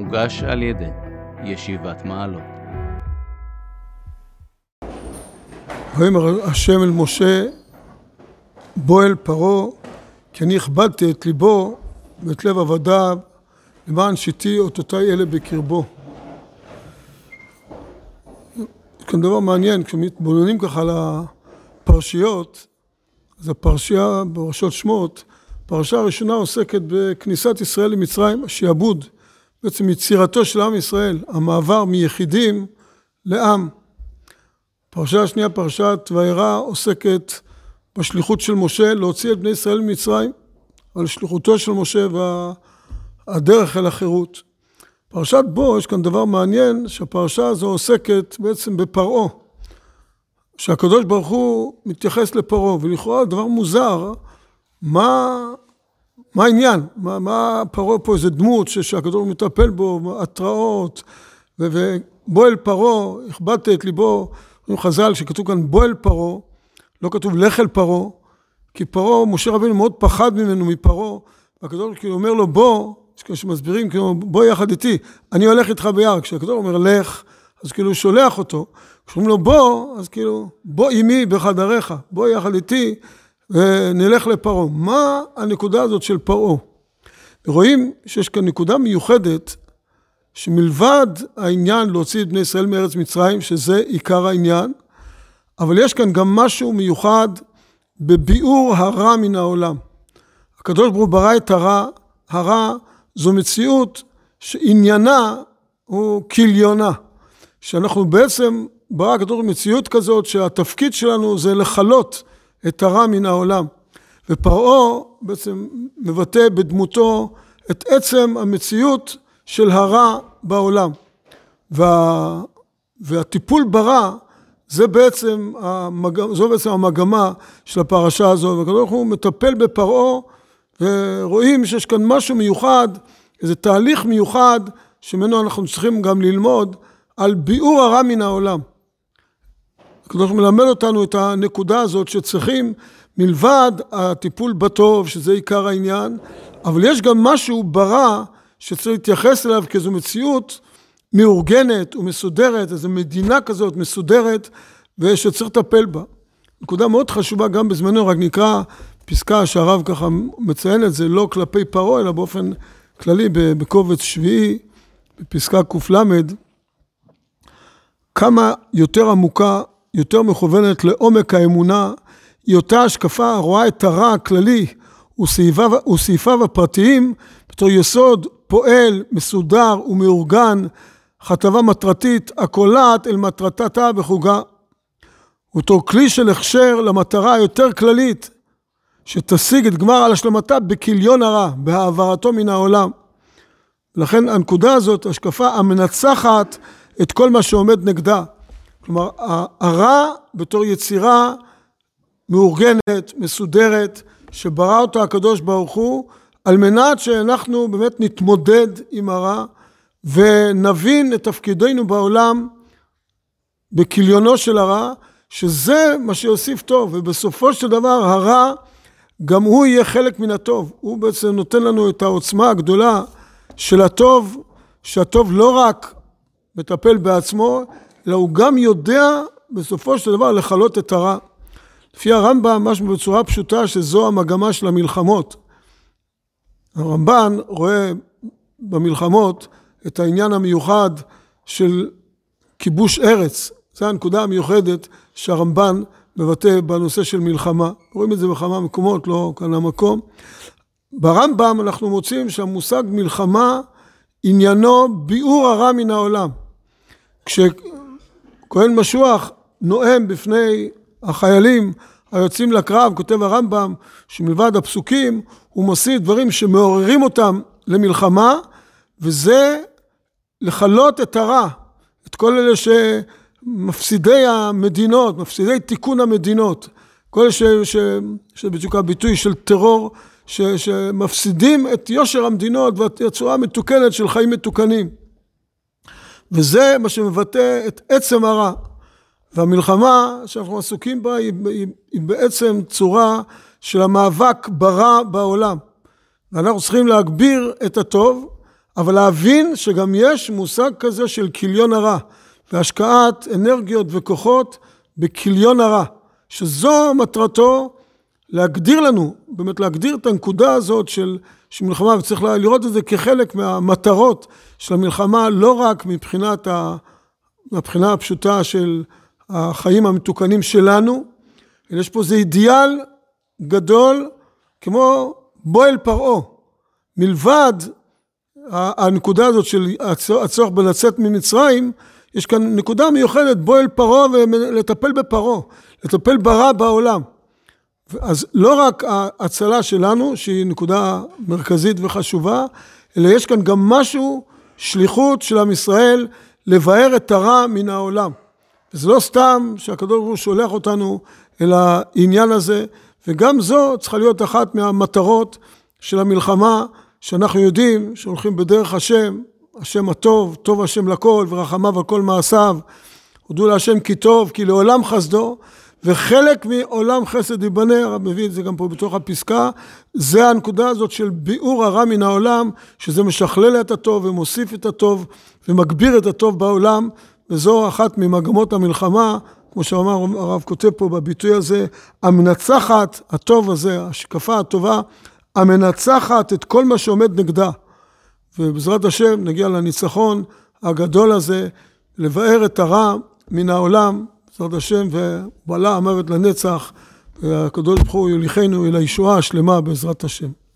מוגש על ידי ישיבת מעלות. ויאמר השם אל משה, בוא אל פרעה, כי אני הכבדתי את ליבו ואת לב עבדיו, למען שיתי אותותיי אלה בקרבו. כאן דבר מעניין, כשמתבוננים ככה על הפרשיות, אז הפרשייה בפרשות שמות, הפרשה הראשונה עוסקת בכניסת ישראל למצרים, השעבוד, בעצם יצירתו של עם ישראל, המעבר מיחידים לעם. הפרשה השנייה, פרשת וירא, עוסקת בשליחות של משה להוציא את בני ישראל ממצרים, על שליחותו של משה והדרך אל החירות. פרשת בו, יש כאן דבר מעניין, שהפרשה הזו עוסקת בעצם בפרעה, שהקדוש ברוך הוא מתייחס לפרעה, ולכאורה דבר מוזר, מה העניין? מה פרעה פה איזה דמות שהקדוש ברוך הוא מטפל בו, התראות, ובוא אל פרעה, הכבדת את ליבו, חז"ל שכתוב כאן בוא אל פרעה, לא כתוב לך אל פרעה, כי פרעה, משה רבינו מאוד פחד ממנו מפרעה, והקדוש ברוך הוא אומר לו בוא, כשמסבירים, כאילו, בוא יחד איתי, אני הולך איתך ביער, כשהקדוש אומר לך, אז כאילו הוא שולח אותו, כשאומרים לו בוא, אז כאילו, בוא עמי בחדריך, בוא יחד איתי, ונלך לפרעה. מה הנקודה הזאת של פרעה? רואים שיש כאן נקודה מיוחדת, שמלבד העניין להוציא את בני ישראל מארץ מצרים, שזה עיקר העניין, אבל יש כאן גם משהו מיוחד, בביאור הרע מן העולם. הקדוש ברוך הוא ברא את הרע זו מציאות שעניינה הוא כליונה, שאנחנו בעצם ברא כתוב מציאות כזאת שהתפקיד שלנו זה לחלות את הרע מן העולם, ופרעה בעצם מבטא בדמותו את עצם המציאות של הרע בעולם, והטיפול ברע זו בעצם המגמה של הפרשה הזו, והקדוש ברוך הוא מטפל בפרעה, ורואים שיש כאן משהו מיוחד, איזה תהליך מיוחד, שמנו אנחנו צריכים גם ללמוד, על ביאור הרע מן העולם. הקדוש ברוך הוא מלמד אותנו את הנקודה הזאת, שצריכים מלבד הטיפול בטוב, שזה עיקר העניין, אבל יש גם משהו ברע, שצריך להתייחס אליו כאיזו מציאות מאורגנת ומסודרת, איזו מדינה כזאת מסודרת, ושצריך לטפל בה. נקודה מאוד חשובה גם בזמנו, רק נקרא פסקה שהרב ככה מציין את זה, לא כלפי פרעה, אלא באופן כללי בקובץ שביעי, בפסקה קל"ד, כמה יותר עמוקה, יותר מכוונת לעומק האמונה, היא אותה השקפה הרואה את הרע הכללי וסעיפיו הפרטיים, בתור יסוד פועל, מסודר ומאורגן, חטבה מטרתית, הקולעת אל מטרתה בחוגה. אותו כלי של הכשר למטרה היותר כללית, שתשיג את גמר על השלמתה בכליון הרע, בהעברתו מן העולם. לכן הנקודה הזאת, השקפה המנצחת את כל מה שעומד נגדה. כלומר, הרע בתור יצירה מאורגנת, מסודרת, שברא אותה הקדוש ברוך הוא, על מנת שאנחנו באמת נתמודד עם הרע, ונבין את תפקידנו בעולם בכליונו של הרע, שזה מה שיוסיף טוב, ובסופו של דבר הרע, גם הוא יהיה חלק מן הטוב. הוא בעצם נותן לנו את העוצמה הגדולה של הטוב, שהטוב לא רק מטפל בעצמו, אלא הוא גם יודע בסופו של דבר לחלות את הרע. לפי הרמב"ם, משהו בצורה פשוטה, שזו המגמה של המלחמות. הרמב"ן רואה במלחמות את העניין המיוחד של כיבוש ארץ. זו הנקודה המיוחדת שהרמב"ן מבטא בנושא של מלחמה. רואים את זה בכמה מקומות, לא כאן המקום. ברמב"ם אנחנו מוצאים שהמושג מלחמה עניינו ביאור הרע מן העולם. כשכהן משוח נואם בפני החיילים היוצאים לקרב, כותב הרמב"ם שמלבד הפסוקים הוא מוסיף דברים שמעוררים אותם למלחמה, וזה לחלות את הרע, את כל אלה שמפסידי המדינות, מפסידי תיקון המדינות, כל אלה שבדיוק הביטוי של טרור, שמפסידים את יושר המדינות ואת הצורה המתוקנת של חיים מתוקנים. וזה מה שמבטא את עצם הרע. והמלחמה שאנחנו עסוקים בה היא בעצם צורה של המאבק ברע בעולם. ואנחנו צריכים להגביר את הטוב, אבל להבין שגם יש מושג כזה של כיליון הרע, והשקעת אנרגיות וכוחות בכיליון הרע, שזו מטרתו להגדיר לנו, באמת להגדיר את הנקודה הזאת של מלחמה, וצריך לראות את זה כחלק מהמטרות של המלחמה, לא רק מהבחינה הפשוטה של החיים המתוקנים שלנו, אלא יש פה זה אידיאל גדול, כמו בועל פרעה. מלבד הנקודה הזאת של הצורך בלצאת ממצרים, יש כאן נקודה מיוחדת, בועל פרעה ולטפל בפרעה, לטפל ברע בעולם. אז לא רק ההצלה שלנו, שהיא נקודה מרכזית וחשובה, אלא יש כאן גם משהו, שליחות של עם ישראל, לבאר את הרע מן העולם. וזה לא סתם שהקדוש ברוך הוא שולח אותנו אל העניין הזה, וגם זו צריכה להיות אחת מהמטרות של המלחמה, שאנחנו יודעים שהולכים בדרך השם, השם הטוב, טוב השם לכל, ורחמיו על כל מעשיו, הודו להשם כי טוב, כי לעולם חסדו, וחלק מעולם חסד ייבנה, הרב מביא את זה גם פה בתוך הפסקה, זה הנקודה הזאת של ביאור הרע מן העולם, שזה משכלל את הטוב ומוסיף את הטוב, ומגביר את הטוב בעולם, וזו אחת ממגמות המלחמה, כמו שאמר הרב כותב פה בביטוי הזה, המנצחת הטוב הזה, השקפה הטובה, המנצחת את כל מה שעומד נגדה. ובעזרת השם נגיע לניצחון הגדול הזה, לבאר את הרע מן העולם, בעזרת השם, ובעלה המוות לנצח, והקדוש ברוך הוא יוליכנו אל הישועה השלמה בעזרת השם.